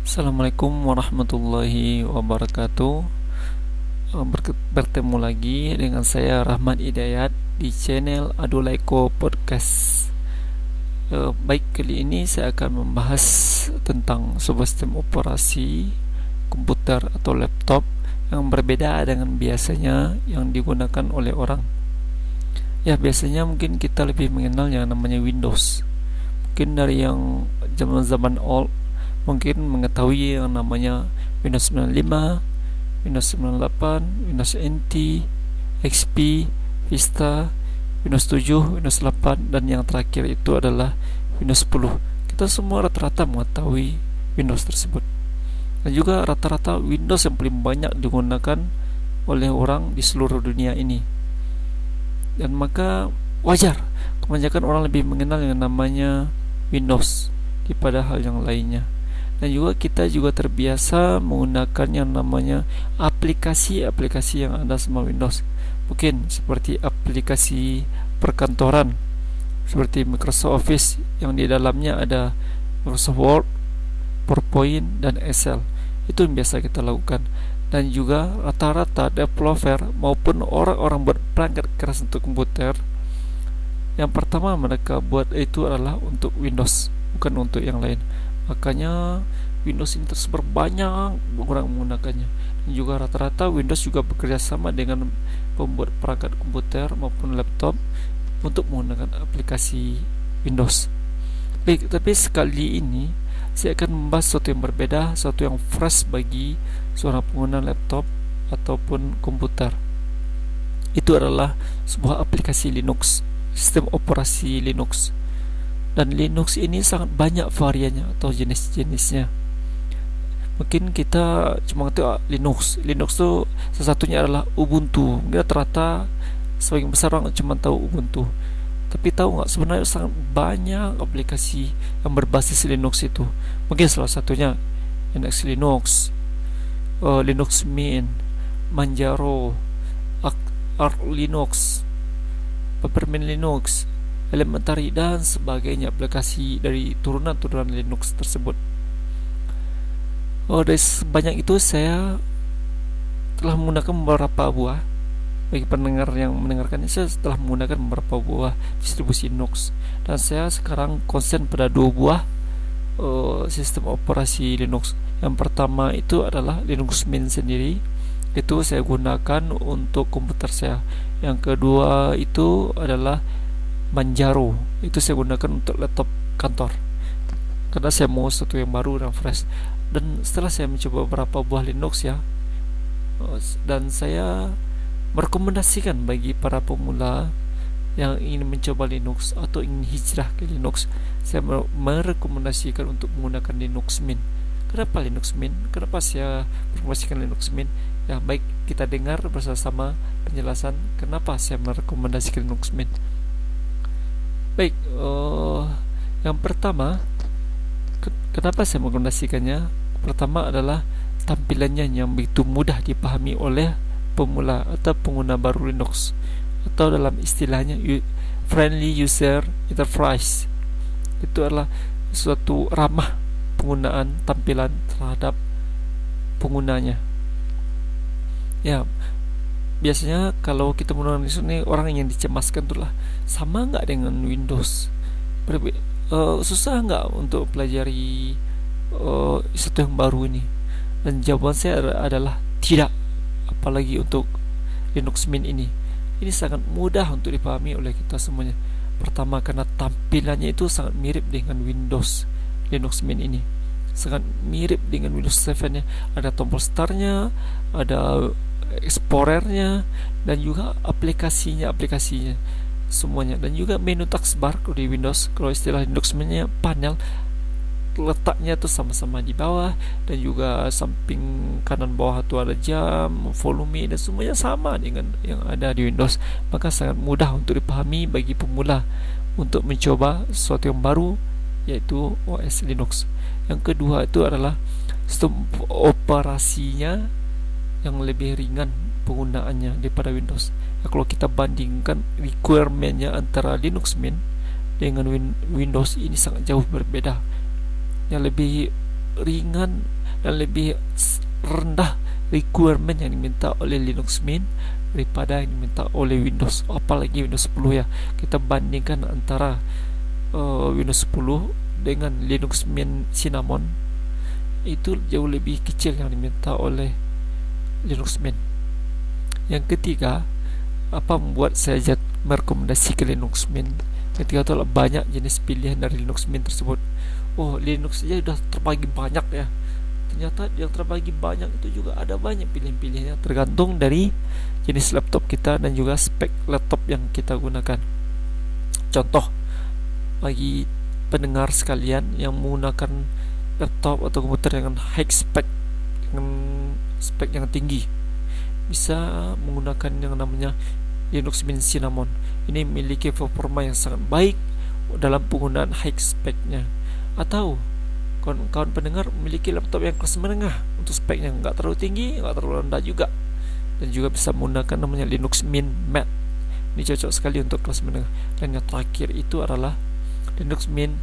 Assalamualaikum warahmatullahi wabarakatuh. Bertemu lagi dengan saya Rahmat Hidayat di channel Adulaiko Podcast. Baik, kali ini saya akan membahas tentang sebuah sistem operasi komputer atau laptop yang berbeda dengan biasanya yang digunakan oleh orang. Ya, biasanya mungkin kita lebih mengenalnya namanya Windows. Mungkin dari yang zaman-zaman old mungkin mengetahui yang namanya Windows 95, Windows 98, Windows NT, XP, Vista, Windows 7, Windows 8, dan yang terakhir itu adalah Windows 10. Kita semua rata-rata mengetahui Windows tersebut. Dan juga rata-rata Windows yang paling banyak digunakan oleh orang di seluruh dunia ini. Dan maka wajar kebanyakan orang lebih mengenal yang namanya Windows daripada hal yang lainnya. Dan juga kita juga terbiasa menggunakan yang namanya aplikasi-aplikasi yang ada sama Windows. Mungkin seperti aplikasi perkantoran seperti Microsoft Office yang di dalamnya ada Microsoft Word, PowerPoint, dan Excel. Itu yang biasa kita lakukan. Dan juga rata-rata developer maupun orang-orang berperangkat keras untuk komputer, yang pertama mereka buat itu adalah untuk Windows, bukan untuk yang lain. Makanya Windows ini tersebar banyak orang menggunakannya. Dan juga rata-rata Windows juga bekerja sama dengan pembuat perangkat komputer maupun laptop untuk menggunakan aplikasi Windows. Baik, tapi sekali ini saya akan membahas sesuatu yang berbeda, sesuatu yang fresh bagi seorang pengguna laptop ataupun komputer. Itu adalah sebuah aplikasi Linux, sistem operasi Linux. Dan Linux ini sangat banyak variannya atau jenis-jenisnya. Mungkin kita cuma tahu Linux. Linux itu salah satunya adalah Ubuntu. Mungkin rata-rata sebagian besar orang cuma tahu Ubuntu. Tapi tahu nggak, sebenarnya sangat banyak aplikasi yang berbasis Linux itu. Mungkin salah satunya NX Linux, Linux Mint, Manjaro, Arch Linux, Peppermint Linux, Elementary, dan sebagainya aplikasi dari turunan-turunan Linux tersebut. Dari sebanyak itu saya telah menggunakan beberapa buah. Bagi pendengar yang mendengarkannya, saya telah menggunakan beberapa buah distribusi Linux, dan saya sekarang konsen pada dua buah sistem operasi Linux. Yang pertama itu adalah Linux Mint sendiri, itu saya gunakan untuk komputer saya. Yang kedua itu adalah Manjaro, itu saya gunakan untuk laptop kantor karena saya mau sesuatu yang baru dan fresh. Dan setelah saya mencoba beberapa buah Linux ya, dan saya merekomendasikan bagi para pemula yang ingin mencoba Linux atau ingin hijrah ke Linux, saya merekomendasikan untuk menggunakan Linux Mint. Kenapa Linux Mint? Kenapa saya merekomendasikan Linux Mint? Ya, baik, kita dengar bersama-sama penjelasan kenapa saya merekomendasikan Linux Mint. Baik, yang pertama, kenapa saya merekomendasikannya? Pertama adalah tampilannya yang begitu mudah dipahami oleh pemula atau pengguna baru Linux, atau dalam istilahnya friendly user interface. Itu adalah suatu ramah penggunaan tampilan terhadap penggunanya. Ya, biasanya kalau kita menggunakan Linux ini, orang yang dicemaskan itulah sama nggak dengan Windows, susah nggak untuk pelajari sesuatu yang baru ini. Dan jawaban saya adalah tidak, apalagi untuk Linux Mint ini. Ini sangat mudah untuk dipahami oleh kita semuanya. Pertama, karena tampilannya itu sangat mirip dengan Windows. Linux Mint ini sangat mirip dengan Windows 7 ya. Ada tombol startnya, ada explorernya, dan juga aplikasinya semuanya. Dan juga menu taskbar kalau di Windows, kalau istilah Linux Mint-nya panel letaknya tuh sama-sama di bawah, dan juga samping kanan bawah tuh ada jam, volume, dan semuanya sama dengan yang ada di Windows. Maka sangat mudah untuk dipahami bagi pemula untuk mencoba sesuatu yang baru, yaitu OS Linux. Yang kedua itu adalah sistem operasinya yang lebih ringan penggunaannya daripada Windows. Ya, kalau kita bandingkan requirementnya antara Linux Mint dengan Windows, ini sangat jauh berbeda. Yang lebih ringan yang lebih rendah requirement yang diminta oleh Linux Mint daripada yang diminta oleh Windows. Apalagi Windows 10 ya, kita bandingkan antara Windows 10 dengan Linux Mint Cinnamon, itu jauh lebih kecil yang diminta oleh Linux Mint. Yang ketiga, apa membuat saya merekomendasikan Linux Mint? Ketiga itu adalah banyak jenis pilihan dari Linux Mint tersebut. Oh, Linux aja sudah terbagi banyak ya. Ternyata yang terbagi banyak itu juga ada banyak pilihan-pilihannya, tergantung dari jenis laptop kita dan juga spek laptop yang kita gunakan. Contoh, bagi pendengar sekalian yang menggunakan laptop atau komputer dengan high spek, dengan spek yang tinggi, bisa menggunakan yang namanya Linux Mint Cinnamon. Ini memiliki performa yang sangat baik dalam penggunaan high speknya. Atau kawan-kawan pendengar memiliki laptop yang kelas menengah untuk speknya, nggak terlalu tinggi, nggak terlalu rendah juga, dan juga bisa menggunakan namanya Linux Mint Matte. Ini cocok sekali untuk kelas menengah. Dan yang terakhir itu adalah Linux Mint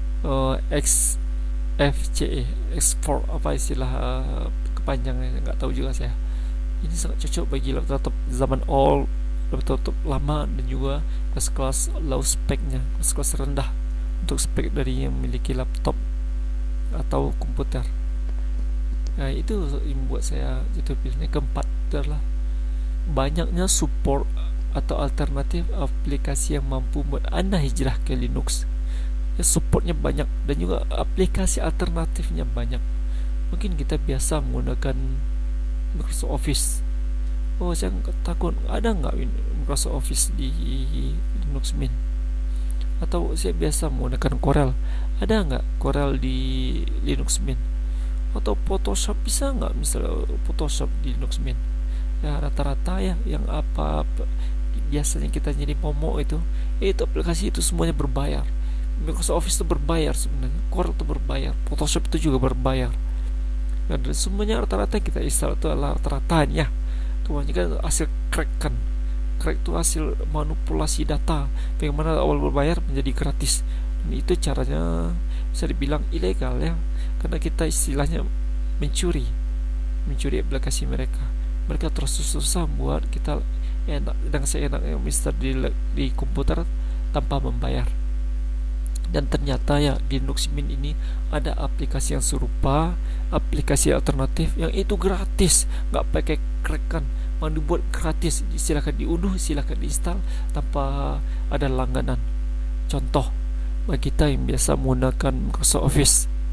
XFCE, X4, apa istilah kepanjangannya nggak tahu juga saya. Ini sangat cocok bagi laptop zaman old, laptop lama, dan juga kelas-kelas low speknya, kelas-kelas rendah untuk spek dari yang memiliki laptop atau komputer. Nah, itu yang membuat saya jatuh pilihnya. Keempat adalah banyaknya support atau alternatif aplikasi yang mampu membuat Anda hijrah ke Linux. Ya, supportnya banyak dan juga aplikasi alternatifnya banyak. Mungkin kita biasa menggunakan Microsoft Office. Oh, saya takut ada nggak Microsoft Office di Linux Mint? Atau saya biasa menggunakan Corel, ada nggak Corel di Linux Mint? Atau Photoshop, bisa nggak misalnya Photoshop di Linux Mint? Ya, rata-rata ya yang apa biasanya kita jadi momok itu aplikasi itu semuanya berbayar. Microsoft Office itu berbayar sebenarnya, Corel itu berbayar, Photoshop itu juga berbayar. Dan semuanya rata-rata kita install itu adalah rata-ratanya kebanyakan hasil crack itu hasil manipulasi data, bagaimana awal berbayar menjadi gratis. Dan itu caranya bisa dibilang ilegal ya, karena kita istilahnya mencuri aplikasi mereka terus susah buat kita enak dan seenaknya di komputer tanpa membayar. Dan ternyata ya di Linux Mint ini ada aplikasi yang serupa, aplikasi alternatif yang itu gratis, nggak pakai crack, mau dibuat gratis, silakan diunduh, silakan diinstal tanpa ada langganan. Contoh bagi kita yang biasa menggunakan Microsoft Office,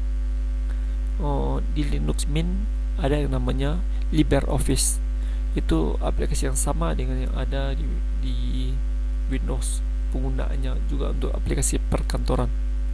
di Linux Mint ada yang namanya LibreOffice. Itu aplikasi yang sama dengan yang ada di Windows. Penggunaannya juga untuk aplikasi perkantoran.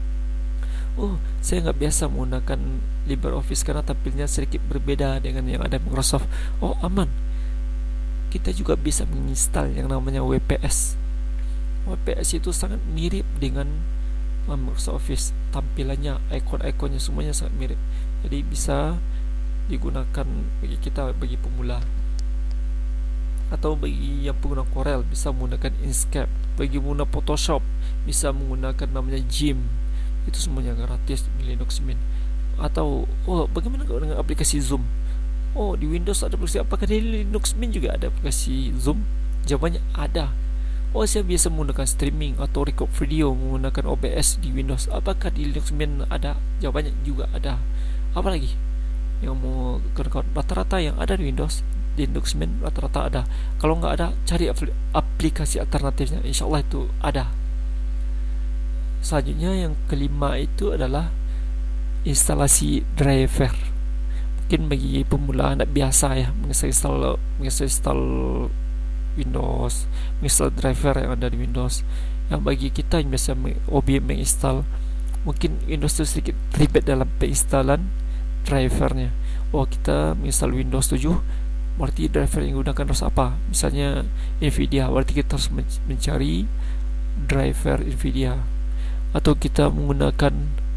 Saya nggak biasa menggunakan LibreOffice karena tampilnya sedikit berbeda dengan yang ada Microsoft. Aman. Kita juga bisa menginstal yang namanya WPS. WPS itu sangat mirip dengan Microsoft Office. Tampilannya, ikon-ikonnya semuanya sangat mirip. Jadi bisa digunakan bagi pemula. Atau bagi yang pengguna Corel bisa menggunakan Inkscape. Bagi pengguna Photoshop bisa menggunakan namanya Gim. Itu semuanya gratis di Linux Mint. Atau bagaimana dengan aplikasi Zoom? Di Windows ada aplikasi, apakah di Linux Mint juga ada aplikasi Zoom? Jawabannya ada. Saya biasa menggunakan streaming atau record video menggunakan OBS di Windows. Apakah di Linux Mint ada? Jawabannya juga ada. Apalagi yang mau rata-rata yang ada di Windows, di Linux Mint rata-rata ada. Kalau nggak ada, cari aplikasi alternatifnya, insya Allah itu ada. Selanjutnya yang kelima itu adalah instalasi driver. Mungkin bagi pemula anak biasa ya menginstall Windows, menginstall driver yang ada di Windows. Yang bagi kita yang biasa menginstal, mungkin Windows itu sedikit ribet dalam penginstalan drivernya. Kita menginstal Windows 7, berarti driver yang digunakan harus apa? Misalnya Nvidia, berarti kita harus mencari driver Nvidia. Atau kita menggunakan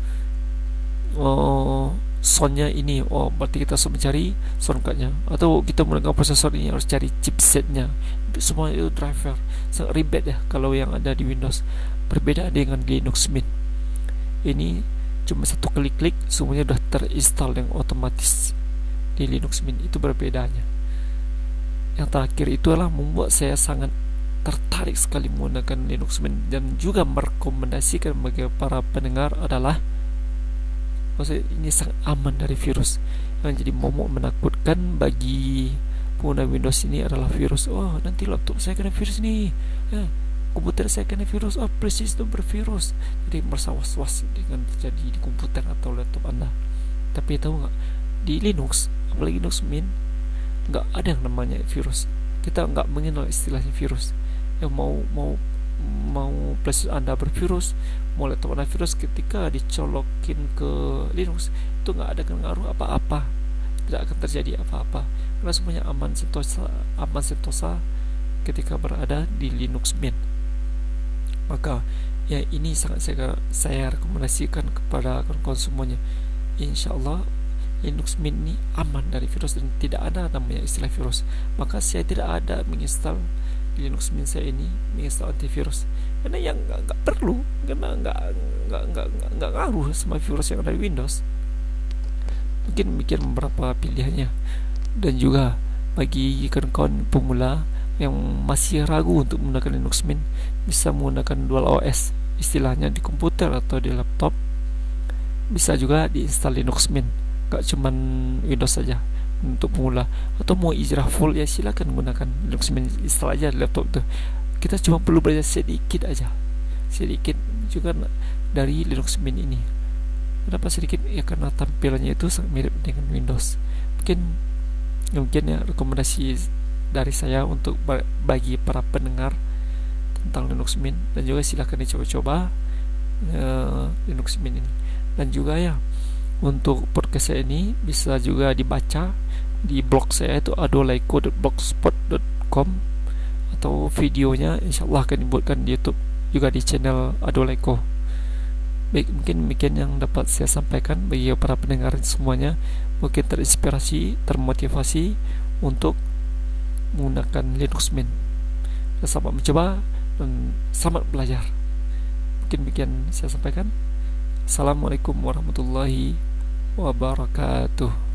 soundnya ini, berarti kita harus mencari soundcardnya. Atau kita menggunakan prosesor ini, harus cari chipsetnya. Semua itu driver. Sangat ribet ya kalau yang ada di Windows. Berbeda dengan Linux Mint. Ini cuma satu klik semuanya udah terinstall yang otomatis di Linux Mint. Itu berbedanya. Yang terakhir itu adalah membuat saya sangat tertarik sekali menggunakan Linux Mint, dan juga merekomendasikan bagi para pendengar adalah maksudnya ini sangat aman dari virus. Yang jadi momok menakutkan bagi pengguna Windows ini adalah virus. Oh, nanti laptop saya kena virus nih, komputer saya kena virus, oh presis itu bervirus. Jadi merasa was-was dengan terjadi di komputer atau laptop Anda. Tapi tahu nggak, di Linux, apalagi Linux Mint, nggak ada yang namanya virus. Kita nggak mengenal istilahnya virus. Yang mau presis Anda bervirus, mau laptop Anda virus, ketika dicolokin ke Linux itu nggak ada pengaruh apa-apa, tidak akan terjadi apa-apa karena semuanya aman sentosa ketika berada di Linux Mint. Maka ya ini sangat saya rekomendasikan kepada kawan-kawan semuanya. Insyaallah Linux Mint ini aman dari virus dan tidak ada namanya istilah virus. Maka saya tidak ada menginstal Linux Mint saya ini, menginstal antivirus, karena yang nggak perlu, karena nggak ngaruh sama virus yang ada di Windows. Mungkin mikir beberapa pilihannya. Dan juga bagi kawan-kawan pemula yang masih ragu untuk menggunakan Linux Mint, bisa menggunakan dual OS, istilahnya di komputer atau di laptop. Bisa juga diinstal Linux Mint, gak cuman Windows saja untuk pemula. Atau mau ijrah full ya silakan gunakan Linux Mint, install aja di laptop tuh. Kita cuma perlu belajar sedikit juga dari Linux Mint ini. Kenapa sedikit? Ya karena tampilannya itu sangat mirip dengan Windows. Mungkin ya rekomendasi dari saya untuk bagi para pendengar tentang Linux Mint, dan juga silahkan dicoba-coba Linux Mint ini. Dan juga ya untuk podcast saya ini bisa juga dibaca di blog saya, itu adolaiko.blogspot.com, atau videonya insyaallah akan dibuatkan di YouTube juga di channel Adolaiko. Baik, mungkin demikian yang dapat saya sampaikan bagi para pendengar semuanya. Mungkin terinspirasi, termotivasi untuk menggunakan Linux Mint. Selamat mencoba dan selamat belajar. Mungkin demikian saya sampaikan. Assalamualaikum warahmatullahi wabarakatuh.